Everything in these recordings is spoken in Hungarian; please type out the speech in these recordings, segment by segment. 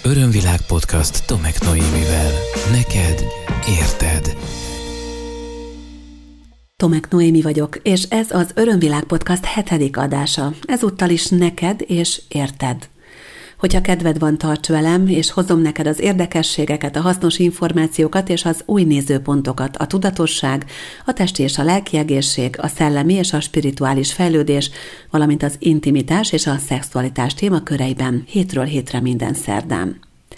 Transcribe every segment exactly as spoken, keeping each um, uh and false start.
Örömvilág podcast Tomek Noémivel. Neked érted. Tomek Noémi vagyok, és ez az Örömvilág podcast hetedik adása. Ezúttal is neked és érted. Hogyha kedved van, tarts velem, és hozom neked az érdekességeket, a hasznos információkat és az új nézőpontokat, a tudatosság, a testi és a lelki egészség, a szellemi és a spirituális fejlődés, valamint az intimitás és a szexualitás témaköreiben hétről hétre minden szerdán.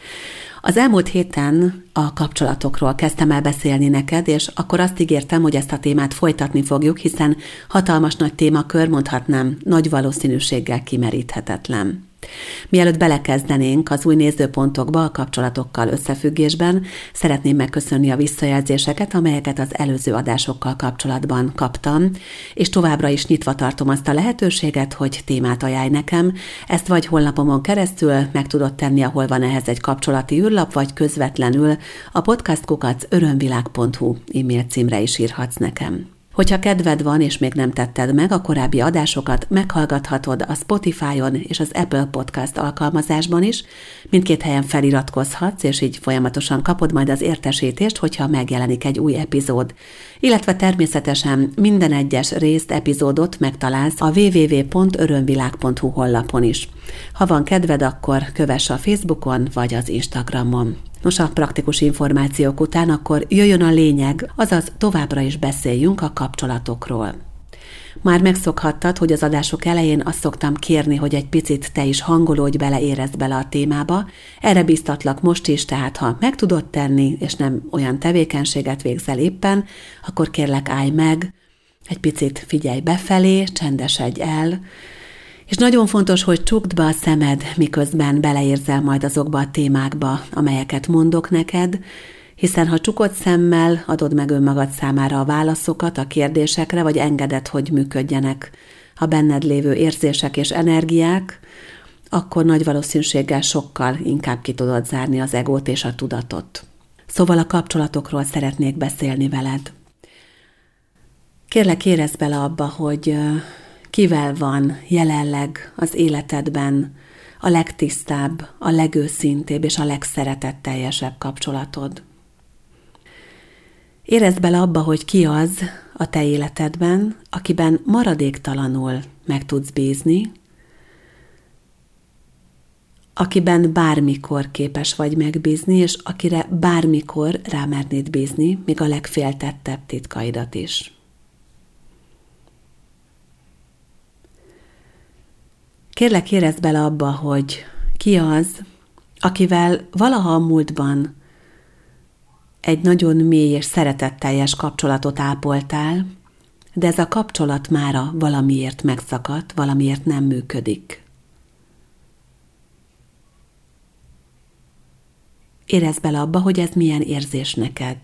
Az elmúlt héten a kapcsolatokról kezdtem el beszélni neked, és akkor azt ígértem, hogy ezt a témát folytatni fogjuk, hiszen hatalmas nagy témakör, mondhatnám, nagy valószínűséggel kimeríthetetlen. Mielőtt belekezdenénk az új nézőpontokba a kapcsolatokkal összefüggésben, szeretném megköszönni a visszajelzéseket, amelyeket az előző adásokkal kapcsolatban kaptam, és továbbra is nyitva tartom azt a lehetőséget, hogy témát ajánlj nekem. Ezt vagy honlapomon keresztül meg tudod tenni, ahol van ehhez egy kapcsolati űrlap, vagy közvetlenül a podcast kukac örömvilág pont hu e-mail címre is írhatsz nekem. Hogyha kedved van, és még nem tetted meg, a korábbi adásokat meghallgathatod a Spotify-on és az Apple Podcast alkalmazásban is. Mindkét helyen feliratkozhatsz, és így folyamatosan kapod majd az értesítést, hogyha megjelenik egy új epizód. Illetve természetesen minden egyes részt, epizódot megtalálsz a double-u double-u double-u pont örömvilág pont hu honlapon is. Ha van kedved, akkor kövess a Facebookon vagy az Instagramon. Nos, a praktikus információk után akkor jöjjön a lényeg, azaz továbbra is beszéljünk a kapcsolatokról. Már megszokhattad, hogy az adások elején azt szoktam kérni, hogy egy picit te is hangolódj bele, érezd bele a témába. Erre bíztatlak most is, tehát ha meg tudod tenni, és nem olyan tevékenységet végzel éppen, akkor kérlek állj meg, egy picit figyelj befelé, csendesedj el, és nagyon fontos, hogy csukd be a szemed, miközben beleérzel majd azokba a témákba, amelyeket mondok neked, hiszen ha csukott szemmel adod meg önmagad számára a válaszokat a kérdésekre, vagy engeded, hogy működjenek a benned lévő érzések és energiák, akkor nagy valószínűséggel sokkal inkább ki tudod zárni az egót és a tudatot. Szóval a kapcsolatokról szeretnék beszélni veled. Kérlek, érezd bele abba, hogy kivel van jelenleg az életedben a legtisztább, a legőszintébb és a legszeretetteljesebb kapcsolatod. Érezd bele abba, hogy ki az a te életedben, akiben maradéktalanul meg tudsz bízni, akiben bármikor képes vagy megbízni, és akire bármikor rámernéd bízni, még a legféltettebb titkaidat is. Kérlek, érezd bele abba, hogy ki az, akivel valaha a múltban egy nagyon mély és szeretetteljes kapcsolatot ápoltál, de ez a kapcsolat mára valamiért megszakadt, valamiért nem működik. Érezd bele abba, hogy ez milyen érzés neked.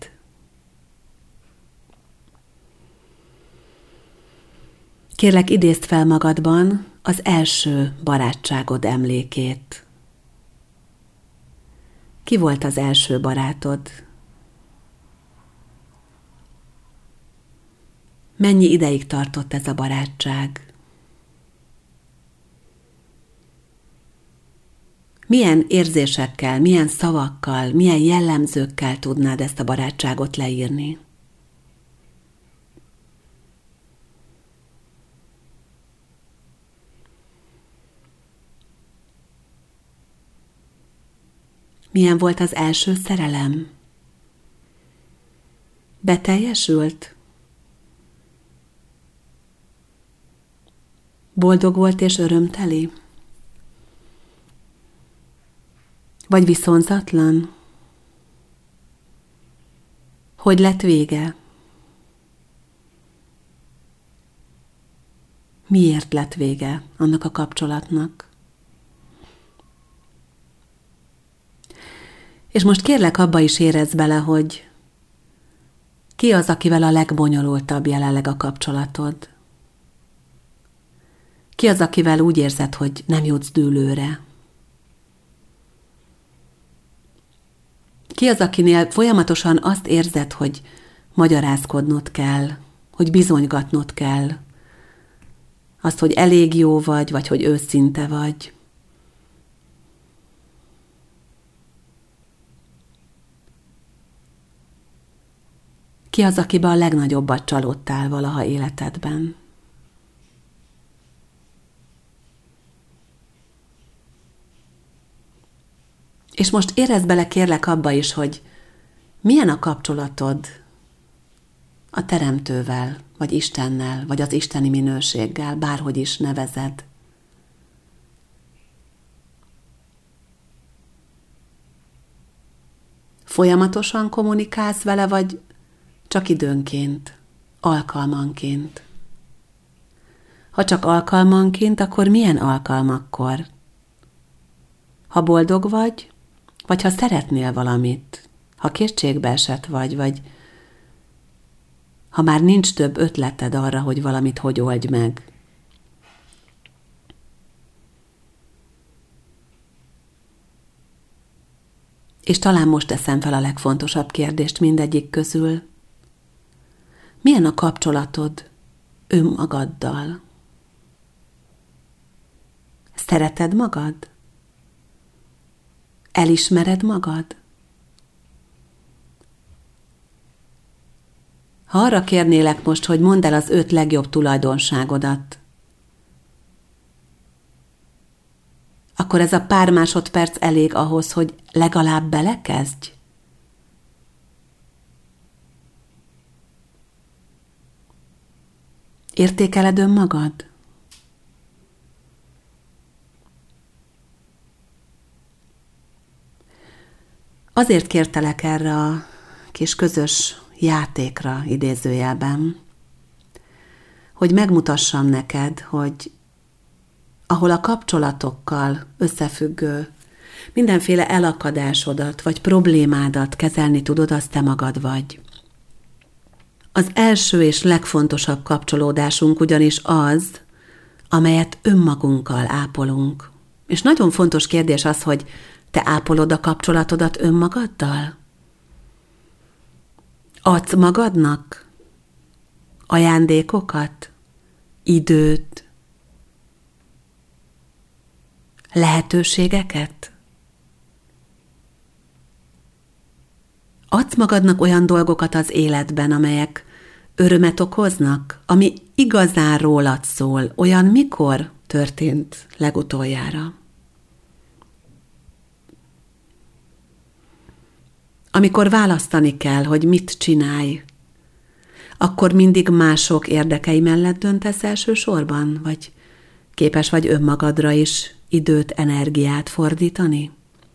Kérlek, idézd fel magadban az első barátságod emlékét. Ki volt az első barátod? Mennyi ideig tartott ez a barátság? Milyen érzésekkel, milyen szavakkal, milyen jellemzőkkel tudnád ezt a barátságot leírni? Milyen volt az első szerelem? Beteljesült? Boldog volt és örömteli? Vagy viszonzatlan? Hogy lett vége? Miért lett vége annak a kapcsolatnak? És most kérlek, abba is érezd bele, hogy ki az, akivel a legbonyolultabb jelenleg a kapcsolatod? Ki az, akivel úgy érzed, hogy nem jutsz dűlőre? Ki az, akinél folyamatosan azt érzed, hogy magyarázkodnod kell, hogy bizonygatnod kell, azt, hogy elég jó vagy, vagy hogy őszinte vagy? Ki az, akiben a legnagyobbat csalódtál valaha életedben? És most érezd bele kérlek abba is, hogy milyen a kapcsolatod a Teremtővel, vagy Istennel, vagy az isteni minőséggel, bárhogy is nevezed. Folyamatosan kommunikálsz vele, vagy csak időnként, alkalmanként? Ha csak alkalmanként, akkor milyen alkalmakkor? Ha boldog vagy, vagy ha szeretnél valamit, ha kétségbe esett vagy, vagy ha már nincs több ötleted arra, hogy valamit hogy oldj meg. És talán most teszem fel a legfontosabb kérdést mindegyik közül. Milyen a kapcsolatod önmagaddal? Szereted magad? Elismered magad? Ha arra kérnélek most, hogy mondd el az öt legjobb tulajdonságodat, akkor ez a pár másodperc elég ahhoz, hogy legalább belekezdj? Értékeled önmagad? Azért kértelek erre a kis közös játékra idézőjelben, hogy megmutassam neked, hogy ahol a kapcsolatokkal összefüggő mindenféle elakadásodat vagy problémádat kezelni tudod, az te magad vagy. Az első és legfontosabb kapcsolódásunk ugyanis az, amelyet önmagunkkal ápolunk. És nagyon fontos kérdés az, hogy te ápolod a kapcsolatodat önmagaddal? Adsz magadnak ajándékokat, időt, lehetőségeket? Adsz magadnak olyan dolgokat az életben, amelyek örömet okoznak, ami igazán rólad szól, olyan mikor történt legutoljára? Amikor választani kell, hogy mit csinálj, akkor mindig mások érdekei mellett döntesz elsősorban, vagy képes vagy önmagadra is időt, energiát fordítani?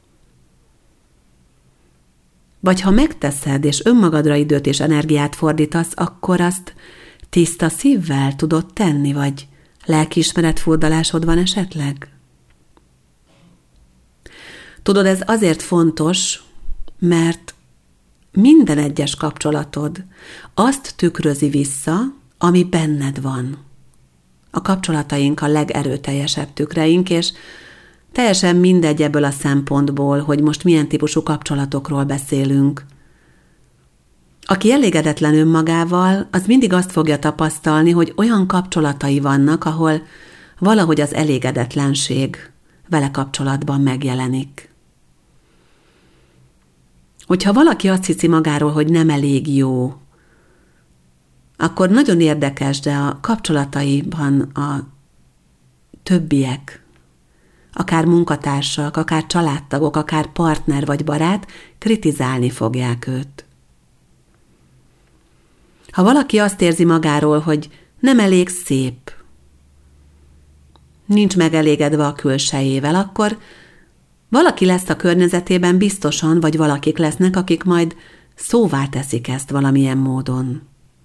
Vagy ha megteszed, és önmagadra időt és energiát fordítasz, akkor azt tiszta szívvel tudod tenni, vagy lelkiismeret furdalásod van esetleg? Tudod, ez azért fontos, mert minden egyes kapcsolatod azt tükrözi vissza, ami benned van. A kapcsolataink a legerőteljesebb tükreink, és teljesen mindegy ebből a szempontból, hogy most milyen típusú kapcsolatokról beszélünk. Aki elégedetlen önmagával, az mindig azt fogja tapasztalni, hogy olyan kapcsolatai vannak, ahol valahogy az elégedetlenség vele kapcsolatban megjelenik. Hogyha valaki azt hiszi magáról, hogy nem elég jó, akkor nagyon érdekes, de a kapcsolataiban a többiek, akár munkatársak, akár családtagok, akár partner vagy barát kritizálni fogják őt. Ha valaki azt érzi magáról, hogy nem elég szép, nincs megelégedve a külsejével, akkor valaki lesz a környezetében biztosan, vagy valakik lesznek, akik majd szóvá teszik ezt valamilyen módon.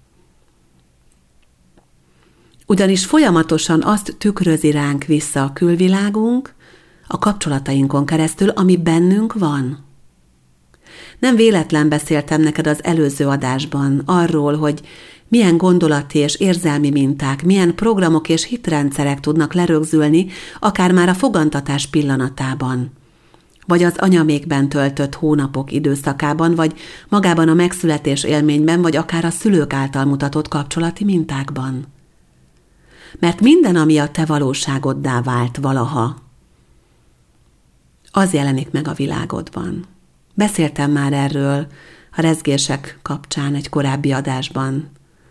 Ugyanis folyamatosan azt tükrözi ránk vissza a külvilágunk, a kapcsolatainkon keresztül, ami bennünk van. Nem véletlen beszéltem neked az előző adásban arról, hogy milyen gondolati és érzelmi minták, milyen programok és hitrendszerek tudnak lerögzülni, akár már a fogantatás pillanatában, vagy az anyamékben töltött hónapok időszakában, vagy magában a megszületés élményben, vagy akár a szülők által mutatott kapcsolati mintákban. Mert minden, ami a te valóságoddá vált valaha, az jelenik meg a világodban. Beszéltem már erről a rezgések kapcsán egy korábbi adásban.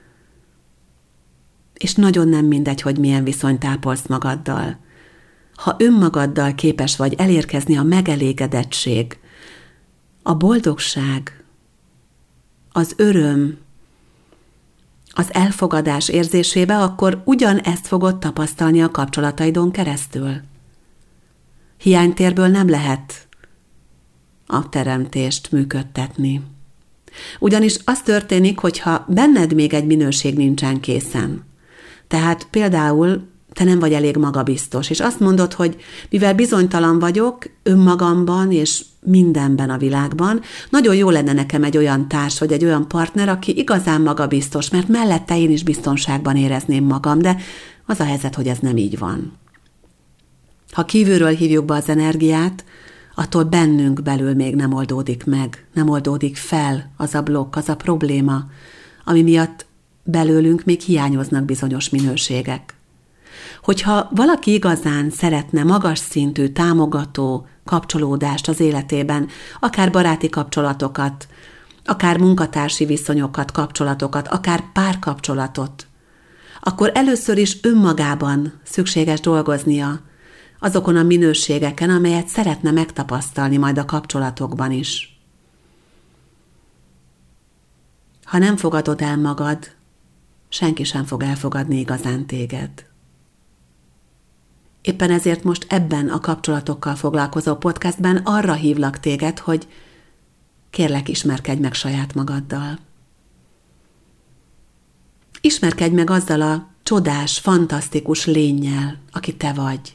És nagyon nem mindegy, hogy milyen viszonyt ápolsz magaddal. Ha önmagaddal képes vagy elérkezni a megelégedettség, a boldogság, az öröm, az elfogadás érzésébe, akkor ugyanezt fogod tapasztalni a kapcsolataidon keresztül. Hiánytérből nem lehet a teremtést működtetni. Ugyanis az történik, hogyha benned még egy minőség nincsen készen. Tehát például te nem vagy elég magabiztos, és azt mondod, hogy mivel bizonytalan vagyok önmagamban és mindenben a világban, nagyon jó lenne nekem egy olyan társ, vagy egy olyan partner, aki igazán magabiztos, mert mellette én is biztonságban érezném magam, de az a helyzet, hogy ez nem így van. Ha kívülről hívjuk be az energiát, attól bennünk belül még nem oldódik meg, nem oldódik fel az a blokk, az a probléma, ami miatt belőlünk még hiányoznak bizonyos minőségek. Hogyha valaki igazán szeretne magas szintű, támogató kapcsolódást az életében, akár baráti kapcsolatokat, akár munkatársi viszonyokat, kapcsolatokat, akár párkapcsolatot, akkor először is önmagában szükséges dolgoznia azokon a minőségeken, amelyet szeretne megtapasztalni majd a kapcsolatokban is. Ha nem fogadod el magad, senki sem fog elfogadni igazán téged. Éppen ezért most ebben a kapcsolatokkal foglalkozó podcastben arra hívlak téged, hogy kérlek, ismerkedj meg saját magaddal. Ismerkedj meg azzal a csodás, fantasztikus lénnyel, aki te vagy.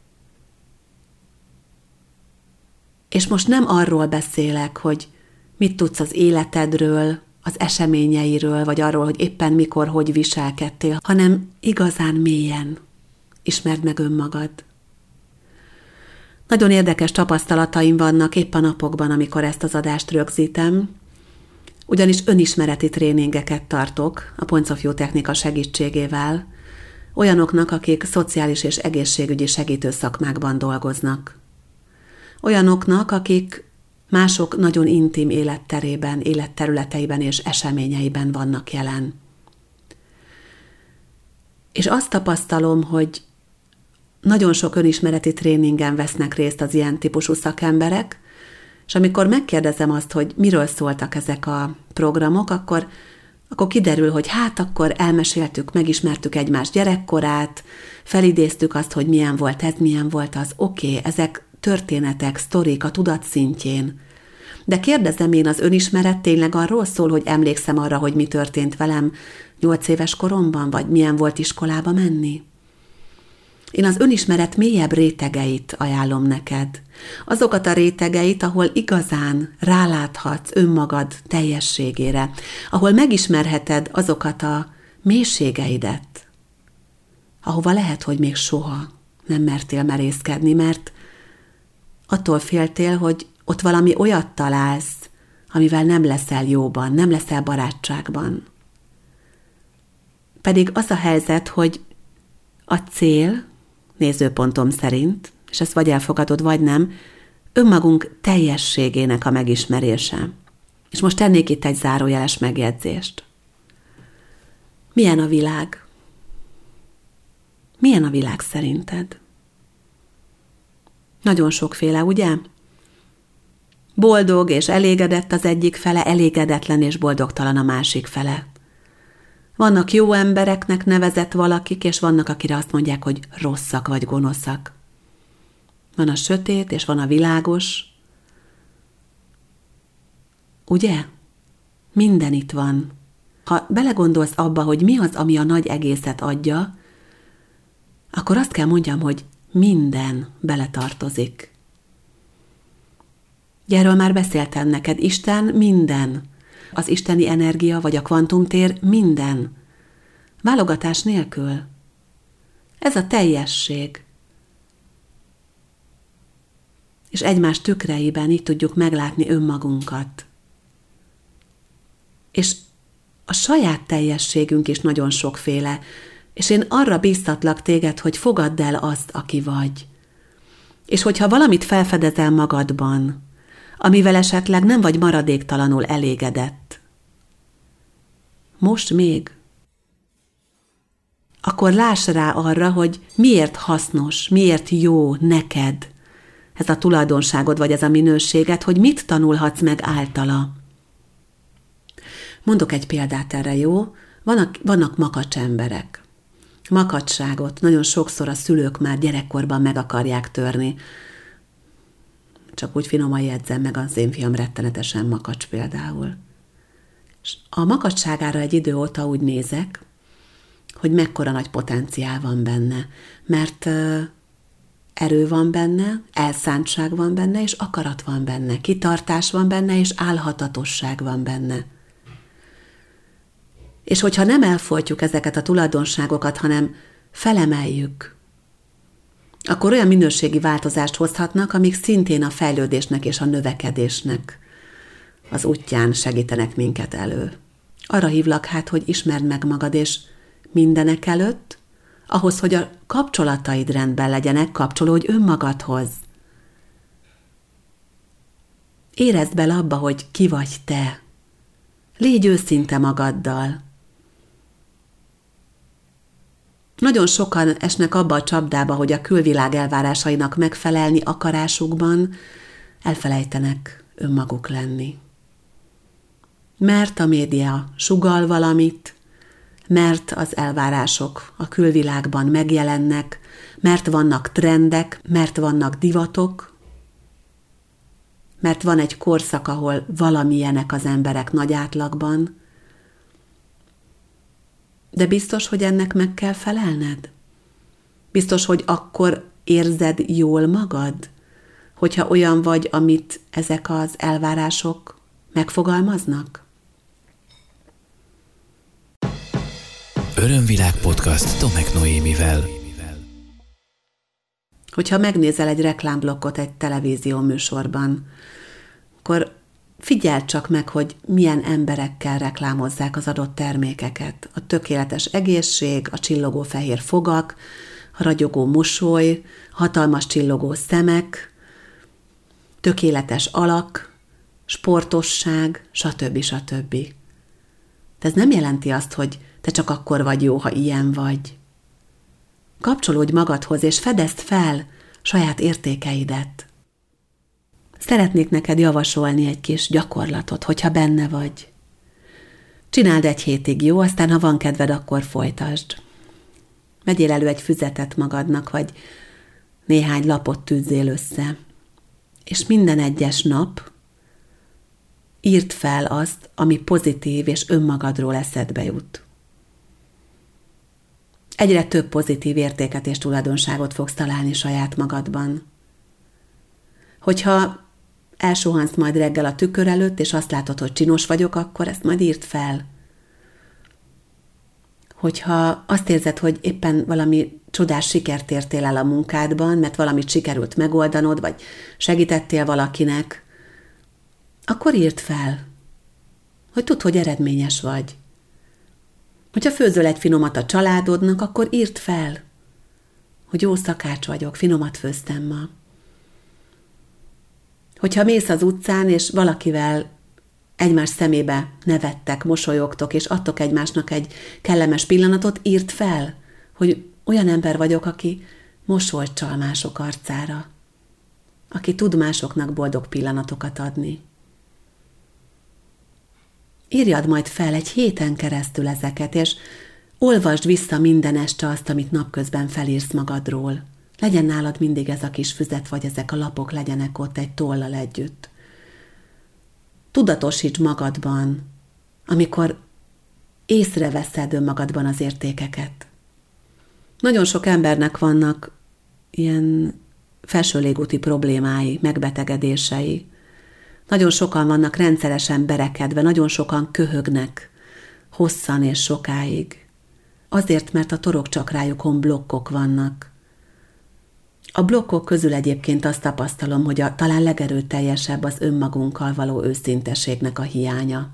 És most nem arról beszélek, hogy mit tudsz az életedről, az eseményeiről, vagy arról, hogy éppen mikor, hogy viselkedtél, hanem igazán mélyen ismerd meg önmagad. Nagyon érdekes tapasztalataim vannak épp a napokban, amikor ezt az adást rögzítem, ugyanis önismereti tréningeket tartok a Points of View technika segítségével, olyanoknak, akik szociális és egészségügyi segítő szakmákban dolgoznak. Olyanoknak, akik mások nagyon intim életterében, életterületeiben és eseményeiben vannak jelen. És azt tapasztalom, hogy nagyon sok önismereti tréningen vesznek részt az ilyen típusú szakemberek, és amikor megkérdezem azt, hogy miről szóltak ezek a programok, akkor, akkor kiderül, hogy hát akkor elmeséltük, megismertük egymás gyerekkorát, felidéztük azt, hogy milyen volt ez, milyen volt az, oké, okay, ezek történetek, sztorik a tudat szintjén. De kérdezem én, az önismeret tényleg arról szól, hogy emlékszem arra, hogy mi történt velem nyolc éves koromban, vagy milyen volt iskolába menni? Én az önismeret mélyebb rétegeit ajánlom neked. Azokat a rétegeit, ahol igazán ráláthatsz önmagad teljességére, ahol megismerheted azokat a mélységeidet, ahova lehet, hogy még soha nem mertél merészkedni, mert attól féltél, hogy ott valami olyat találsz, amivel nem leszel jóban, nem leszel barátságban. Pedig az a helyzet, hogy a cél, nézőpontom szerint, és ezt vagy elfogadod, vagy nem, önmagunk teljességének a megismerése. És most tennék itt egy zárójeles megjegyzést. Milyen a világ? Milyen a világ szerinted? Nagyon sokféle, ugye? Boldog és elégedett az egyik fele, elégedetlen és boldogtalan a másik fele. Vannak jó embereknek nevezett valakik, és vannak, akire azt mondják, hogy rosszak vagy gonoszak. Van a sötét, és van a világos. Ugye? Minden itt van. Ha belegondolsz abba, hogy mi az, ami a nagy egészet adja, akkor azt kell mondjam, hogy minden beletartozik. Erről már beszéltem neked, Isten minden. Az isteni energia vagy a kvantumtér minden. Válogatás nélkül. Ez a teljesség. És egymás tükreiben így tudjuk meglátni önmagunkat. És a saját teljességünk is nagyon sokféle, és én arra bíztatlak téged, hogy fogadd el azt, aki vagy. És hogyha valamit felfedezel magadban, amivel esetleg nem vagy maradéktalanul elégedett. Most még? Akkor láss rá arra, hogy miért hasznos, miért jó neked ez a tulajdonságod vagy ez a minőséged, hogy mit tanulhatsz meg általa. Mondok egy példát erre, jó? Vannak, vannak makacs emberek. Makacságot nagyon sokszor a szülők már gyerekkorban meg akarják törni. Csak úgy finoman jegyzem meg, az én fiam rettenetesen makacs például. És a makacságára egy idő óta úgy nézek, hogy mekkora nagy potenciál van benne, mert erő van benne, elszántság van benne, és akarat van benne, kitartás van benne, és álhatatosság van benne. És hogyha nem elfolytjuk ezeket a tulajdonságokat, hanem felemeljük, akkor olyan minőségi változást hozhatnak, amik szintén a fejlődésnek és a növekedésnek az útján segítenek minket elő. Arra hívlak hát, hogy ismerd meg magad, és mindenek előtt, ahhoz, hogy a kapcsolataid rendben legyenek, kapcsolódj önmagadhoz. Érezd bele abba, hogy ki vagy te. Légy őszinte magaddal. Nagyon sokan esnek abba a csapdába, hogy a külvilág elvárásainak megfelelni akarásukban elfelejtenek önmaguk lenni. Mert a média sugall valamit, mert az elvárások a külvilágban megjelennek, mert vannak trendek, mert vannak divatok, mert van egy korszak, ahol valamilyenek az emberek nagy átlagban, de biztos, hogy ennek meg kell felelned? Biztos, hogy akkor érzed jól magad, hogyha olyan vagy, amit ezek az elvárások megfogalmaznak? Örömvilág podcast Tomek Noémivel. Hogyha megnézel egy reklámblokkot egy televízió műsorban, akkor figyeld csak meg, hogy milyen emberekkel reklámozzák az adott termékeket. A tökéletes egészség, a csillogó fehér fogak, a ragyogó mosoly, hatalmas csillogó szemek, tökéletes alak, sportosság, stb. stb. De ez nem jelenti azt, hogy te csak akkor vagy jó, ha ilyen vagy. Kapcsolódj magadhoz, és fedezd fel saját értékeidet. Szeretnék neked javasolni egy kis gyakorlatot, hogyha benne vagy. Csináld egy hétig, jó? Aztán, ha van kedved, akkor folytasd. Vegyél elő egy füzetet magadnak, vagy néhány lapot tűzzél össze. És minden egyes nap írd fel azt, ami pozitív és önmagadról eszedbe jut. Egyre több pozitív értéket és tulajdonságot fogsz találni saját magadban. Hogyha elsuhansz majd reggel a tükör előtt, és azt látod, hogy csinos vagyok, akkor ezt majd írd fel. Hogyha azt érzed, hogy éppen valami csodás sikert értél el a munkádban, mert valamit sikerült megoldanod, vagy segítettél valakinek, akkor írd fel, hogy tudd, hogy eredményes vagy. Hogyha főzöl egy finomat a családodnak, akkor írd fel, hogy jó szakács vagyok, finomat főztem ma. Hogyha mész az utcán, és valakivel egymás szemébe nevettek, mosolyogtok, és adtok egymásnak egy kellemes pillanatot, írd fel, hogy olyan ember vagyok, aki mosolyt csal mások arcára, aki tud másoknak boldog pillanatokat adni. Írjad majd fel egy héten keresztül ezeket, és olvasd vissza minden este azt, amit napközben felírsz magadról. Legyen nálad mindig ez a kis füzet, vagy ezek a lapok legyenek ott egy tollal együtt. Tudatosíts magadban, amikor észreveszed önmagadban az értékeket. Nagyon sok embernek vannak ilyen felső légúti problémái, megbetegedései. Nagyon sokan vannak rendszeresen berekedve, nagyon sokan köhögnek hosszan és sokáig. Azért, mert a torokcsakrájukon blokkok vannak. A blokkok közül egyébként azt tapasztalom, hogy a talán legerőteljesebb az önmagunkkal való őszinteségnek a hiánya.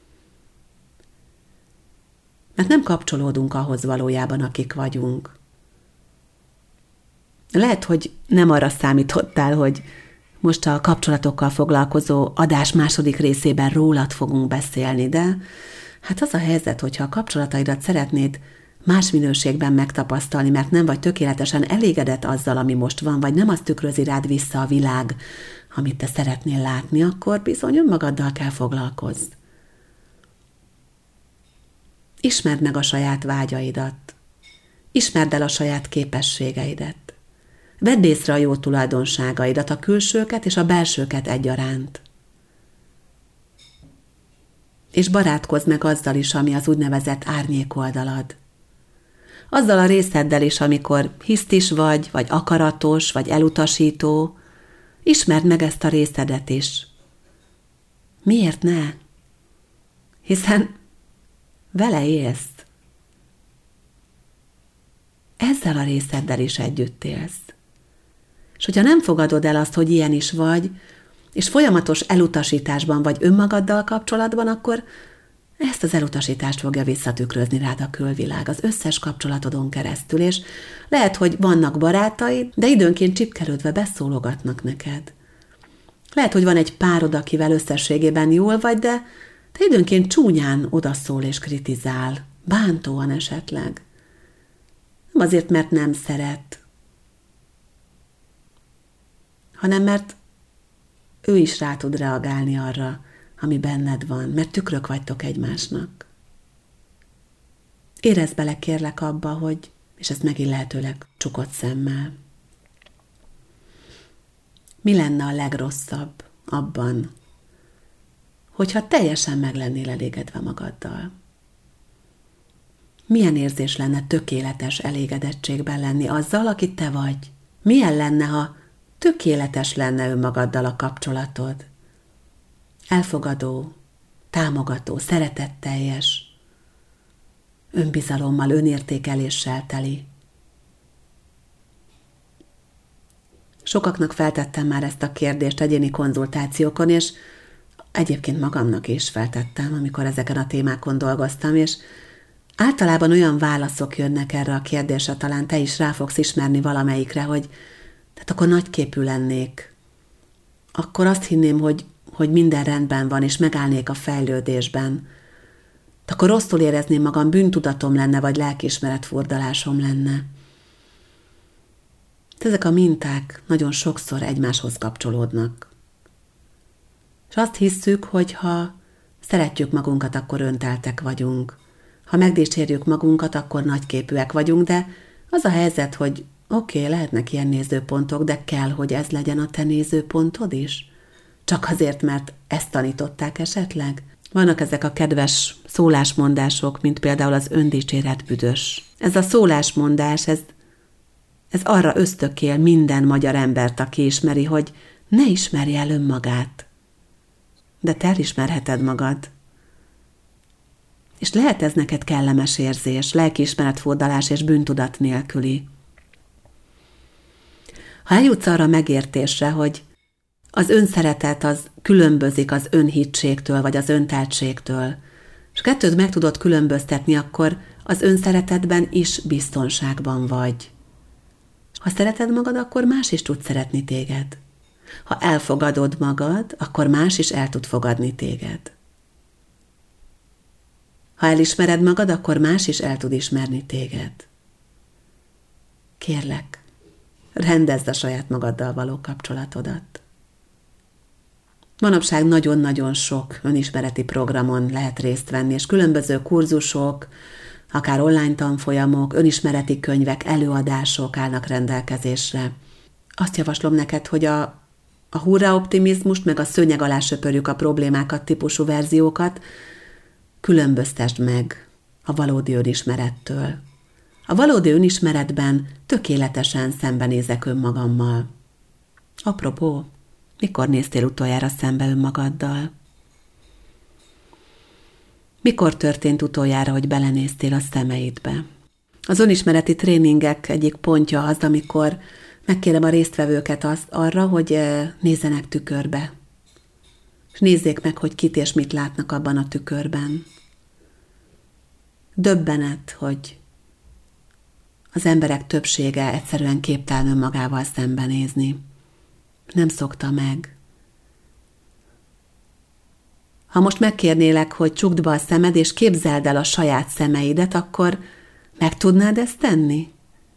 Mert nem kapcsolódunk ahhoz valójában, akik vagyunk. Lehet, hogy nem arra számítottál, hogy Most a kapcsolatokkal foglalkozó adás második részében rólad fogunk beszélni, de hát az a helyzet, hogyha a kapcsolataidat szeretnéd más minőségben megtapasztalni, mert nem vagy tökéletesen elégedett azzal, ami most van, vagy nem azt tükrözi rád vissza a világ, amit te szeretnél látni, akkor bizony önmagaddal kell foglalkozz. Ismerd meg a saját vágyaidat. Ismerd el a saját képességeidet. Vedd észre a jó tulajdonságaidat, a külsőket és a belsőket egyaránt. És barátkozz meg azzal is, ami az úgynevezett árnyékoldalad. Azzal a részeddel is, amikor hisztis vagy, vagy akaratos, vagy elutasító, ismerd meg ezt a részedet is. Miért ne? Hiszen vele élsz. Ezzel a részeddel is együtt élsz. És hogyha nem fogadod el azt, hogy ilyen is vagy, és folyamatos elutasításban vagy önmagaddal kapcsolatban, akkor ezt az elutasítást fogja visszatükrözni rád a külvilág az összes kapcsolatodon keresztül, és lehet, hogy vannak barátaid, de időnként csipkelődve beszólogatnak neked. Lehet, hogy van egy párod, akivel összességében jól vagy, de te időnként csúnyán odaszól és kritizál, bántóan esetleg. Nem azért, mert nem szeret, hanem mert ő is rá tud reagálni arra, ami benned van, mert tükrök vagytok egymásnak. Érezd bele kérlek abba, hogy, és ezt megint lehetőleg csukott szemmel, mi lenne a legrosszabb abban, hogyha teljesen meg lennél elégedve magaddal? Milyen érzés lenne tökéletes elégedettségben lenni azzal, aki te vagy? Milyen lenne, ha tökéletes lenne önmagaddal a kapcsolatod? Elfogadó, támogató, szeretetteljes, önbizalommal, önértékeléssel teli. Sokaknak feltettem már ezt a kérdést egyéni konzultációkon, és egyébként magamnak is feltettem, amikor ezeken a témákon dolgoztam, és általában olyan válaszok jönnek erre a kérdésre, talán te is rá fogsz ismerni valamelyikre, hogy tehát akkor nagyképű lennék. Akkor azt hinném, hogy, hogy minden rendben van, és megállnék a fejlődésben. De akkor rosszul érezném magam, bűntudatom lenne, vagy lelkiismeretfurdalásom lenne. Ezek a minták nagyon sokszor egymáshoz kapcsolódnak. És azt hisszük, hogy ha szeretjük magunkat, akkor önteltek vagyunk. Ha megdicsérjük magunkat, akkor nagyképűek vagyunk, de az a helyzet, hogy oké, okay, lehetnek ilyen nézőpontok, de kell, hogy ez legyen a te nézőpontod is? Csak azért, mert ezt tanították esetleg? Vannak ezek a kedves szólásmondások, mint például az öndicséret büdös. Ez a szólásmondás, ez, ez arra ösztökél minden magyar embert, aki ismeri, hogy ne ismerje el önmagát. De te elismerheted magad. És lehet ez neked kellemes érzés, lelkiismeretfurdalás és bűntudat nélküli. Ha eljutsz arra megértésre, hogy az önszeretet az különbözik az önhitségtől vagy az önteltségtől, és kettőt meg tudod különböztetni, akkor az önszeretetben is biztonságban vagy. Ha szereted magad, akkor más is tud szeretni téged. Ha elfogadod magad, akkor más is el tud fogadni téged. Ha elismered magad, akkor más is el tud ismerni téged. Kérlek, rendezd a saját magaddal való kapcsolatodat. Manapság nagyon-nagyon sok önismereti programon lehet részt venni, és különböző kurzusok, akár online tanfolyamok, önismereti könyvek, előadások állnak rendelkezésre. Azt javaslom neked, hogy a, a hurra optimizmust, meg a szőnyeg alá söpörjük a problémákat típusú verziókat különböztesd meg a valódi önismerettől. A valódi önismeretben tökéletesen szembenézek önmagammal. Apropó, mikor néztél utoljára szembe önmagaddal? Mikor történt utoljára, hogy belenéztél a szemeidbe? Az önismereti tréningek egyik pontja az, amikor megkérem a résztvevőket azt arra, hogy nézzenek tükörbe. És nézzék meg, hogy kit és mit látnak abban a tükörben. Döbbenet, hogy az emberek többsége egyszerűen képtelen önmagával szembenézni. Nem szokta meg. Ha most megkérnélek, hogy csukd be a szemed, és képzeld el a saját szemeidet, akkor meg tudnád ezt tenni?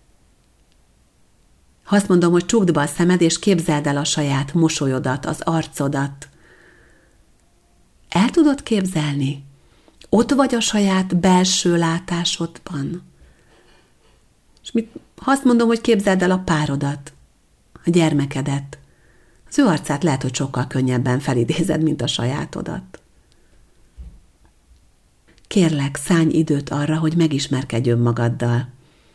Ha azt mondom, hogy csukd be a szemed, és képzeld el a saját mosolyodat, az arcodat, el tudod képzelni? Ott vagy a saját belső látásodban. És mit, ha azt mondom, hogy képzeld el a párodat, a gyermekedet, az ő arcát lehet, hogy sokkal könnyebben felidézed, mint a sajátodat. Kérlek, szállj időt arra, hogy megismerkedj önmagaddal.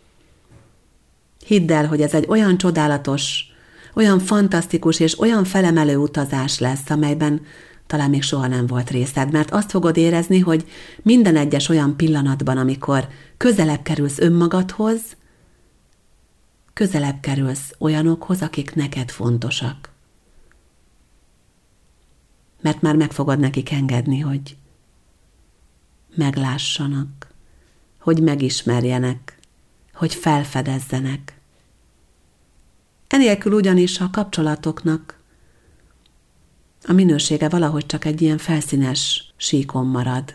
Hidd el, hogy ez egy olyan csodálatos, olyan fantasztikus és olyan felemelő utazás lesz, amelyben talán még soha nem volt részed, mert azt fogod érezni, hogy minden egyes olyan pillanatban, amikor közelebb kerülsz önmagadhoz, közelebb kerülsz olyanokhoz, akik neked fontosak. Mert már meg fogod nekik engedni, hogy meglássanak, hogy megismerjenek, hogy felfedezzenek. Enélkül ugyanis a kapcsolatoknak a minősége valahogy csak egy ilyen felszínes síkon marad.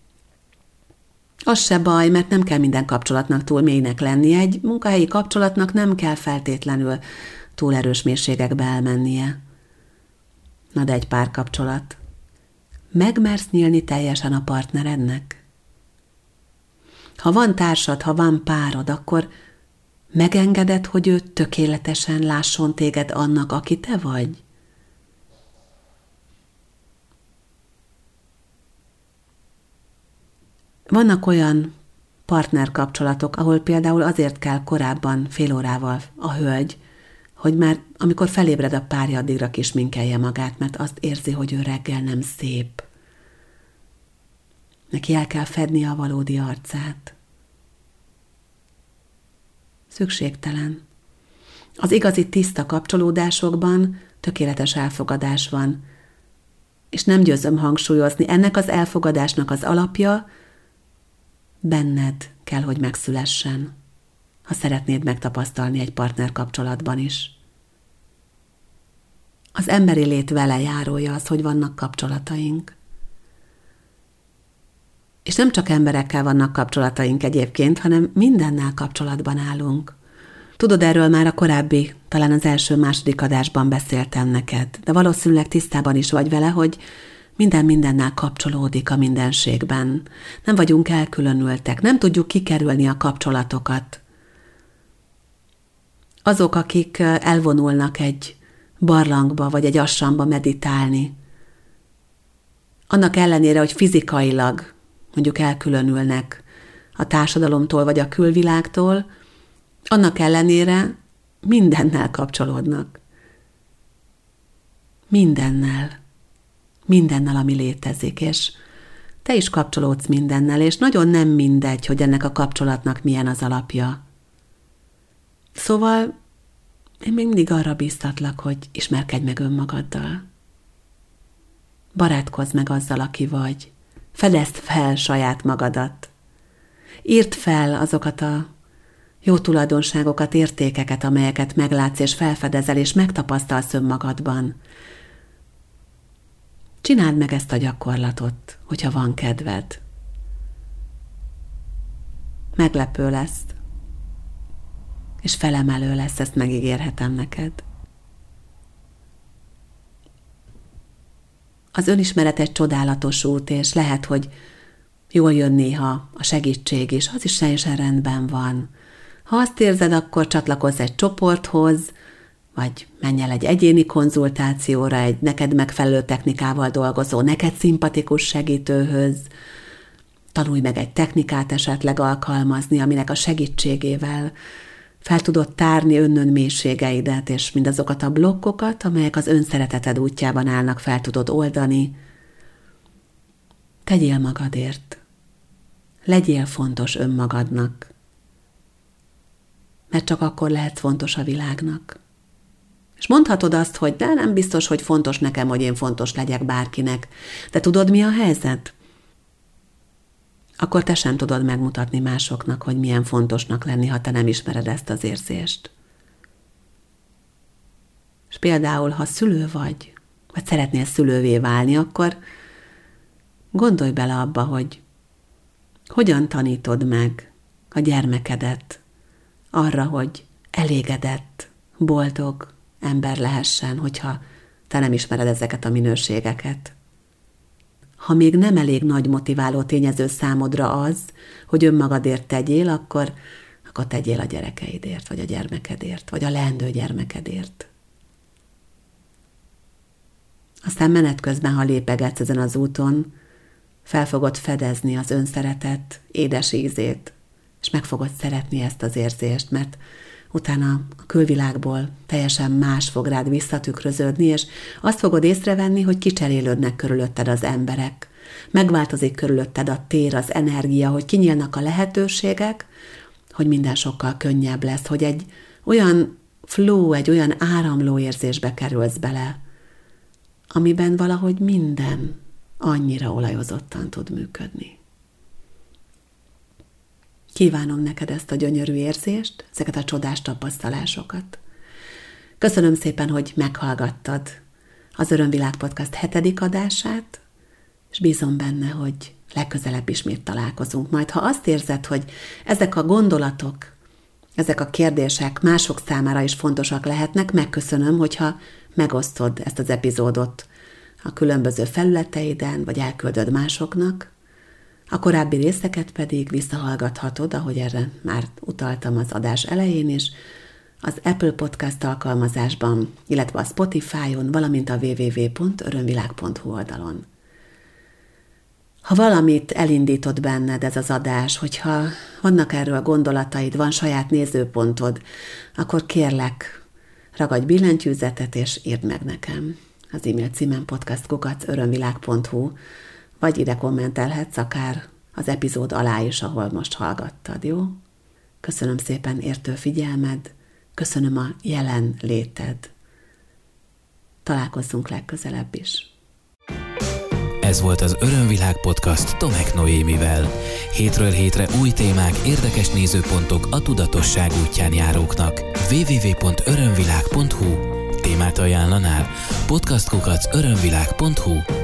Az se baj, mert nem kell minden kapcsolatnak túl mélynek lennie, egy munkahelyi kapcsolatnak nem kell feltétlenül túl erős mélységekbe elmennie. Na de egy párkapcsolat. Megmersz nyílni teljesen a partnerednek? Ha van társad, ha van párod, akkor megengeded, hogy ő tökéletesen lásson téged annak, aki te vagy? Vannak olyan partnerkapcsolatok, ahol például azért kell korábban fél órával a hölgy, hogy már amikor felébred a párja, addigra kisminkelje magát, mert azt érzi, hogy ő reggel nem szép. Neki el kell fednie a valódi arcát. Szükségtelen. Az igazi tiszta kapcsolódásokban tökéletes elfogadás van, és nem győzöm hangsúlyozni, ennek az elfogadásnak az alapja benned kell, hogy megszülessen, ha szeretnéd megtapasztalni egy partnerkapcsolatban is. Az emberi lét vele járója az, hogy vannak kapcsolataink. És nem csak emberekkel vannak kapcsolataink egyébként, hanem mindennel kapcsolatban állunk. Tudod, erről már a korábbi, talán az első-második adásban beszéltem neked, de valószínűleg tisztában is vagy vele, hogy minden mindennel kapcsolódik a mindenségben. Nem vagyunk elkülönültek, nem tudjuk kikerülni a kapcsolatokat. Azok, akik elvonulnak egy barlangba vagy egy assamba meditálni, annak ellenére, hogy fizikailag mondjuk elkülönülnek a társadalomtól vagy a külvilágtól, annak ellenére mindennel kapcsolódnak. Mindennel. Mindennel, ami létezik, és te is kapcsolódsz mindennel, és nagyon nem mindegy, hogy ennek a kapcsolatnak milyen az alapja. Szóval én még mindig arra bíztatlak, hogy ismerkedj meg önmagaddal. Barátkozz meg azzal, aki vagy. Fedezd fel saját magadat. Írd fel azokat a jó tulajdonságokat, értékeket, amelyeket meglátsz és felfedezel, és megtapasztalsz önmagadban. Csináld meg ezt a gyakorlatot, hogyha van kedved. Meglepő lesz, és felemelő lesz, ezt megígérhetem neked. Az önismeret egy csodálatos út, és lehet, hogy jól jön néha a segítség is, az is teljesen rendben van. Ha azt érzed, akkor csatlakozz egy csoporthoz, vagy menj el egy egyéni konzultációra, egy neked megfelelő technikával dolgozó, neked szimpatikus segítőhöz, tanulj meg egy technikát esetleg alkalmazni, aminek a segítségével fel tudod tárni önnön mélységeidet, és mindazokat a blokkokat, amelyek az önszereteted útjában állnak, fel tudod oldani. Tegyél magadért. Legyél fontos önmagadnak. Mert csak akkor lehetsz fontos a világnak. És mondhatod azt, hogy de nem biztos, hogy fontos nekem, hogy én fontos legyek bárkinek. De tudod, mi a helyzet? Akkor te sem tudod megmutatni másoknak, hogy milyen fontosnak lenni, ha te nem ismered ezt az érzést. És például, ha szülő vagy, vagy szeretnél szülővé válni, akkor gondolj bele abba, hogy hogyan tanítod meg a gyermekedet arra, hogy elégedett, boldog ember lehessen, hogyha te nem ismered ezeket a minőségeket. Ha még nem elég nagy motiváló tényező számodra az, hogy önmagadért tegyél, akkor, akkor tegyél a gyerekeidért, vagy a gyermekedért, vagy a leendő gyermekedért. Aztán menet közben, ha lépegetsz ezen az úton, fel fogod fedezni az önszeretet édes ízét, és meg fogod szeretni ezt az érzést, mert utána a külvilágból teljesen más fog rád visszatükröződni, és azt fogod észrevenni, hogy kicserélődnek körülötted az emberek. Megváltozik körülötted a tér, az energia, hogy kinyílnak a lehetőségek, hogy minden sokkal könnyebb lesz, hogy egy olyan flow, egy olyan áramló érzésbe kerülsz bele, amiben valahogy minden annyira olajozottan tud működni. Kívánom neked ezt a gyönyörű érzést, ezeket a csodás tapasztalásokat. Köszönöm szépen, hogy meghallgattad az Örömvilág Podcast hetedik adását, és bízom benne, hogy legközelebb ismét találkozunk. Majd, ha azt érzed, hogy ezek a gondolatok, ezek a kérdések mások számára is fontosak lehetnek, megköszönöm, hogyha megosztod ezt az epizódot a különböző felületeiden, vagy elküldöd másoknak. A korábbi részeket pedig visszahallgathatod, ahogy erre már utaltam az adás elején is, az Apple Podcast alkalmazásban, illetve a Spotify-on, valamint a double-u double-u double-u pont örömvilág pont hu oldalon. Ha valamit elindított benned ez az adás, hogyha vannak erről gondolataid, van saját nézőpontod, akkor kérlek, ragadj billentyűzetet és írd meg nekem. Az e-mail címem podcast kukac örömvilág pont hu, vagy ide kommentelhetsz akár az epizód alá is, ahol most hallgattad, jó? Köszönöm szépen értő figyelmed, köszönöm a jelen léted. Találkozzunk legközelebb is. Ez volt az Örömvilág Podcast Tomek Noémivel. Hétről hétre új témák, érdekes nézőpontok a tudatosság útján járóknak. double-u double-u double-u pont örömvilág pont hu Témát ajánlanál? podcast kukac örömvilág pont hu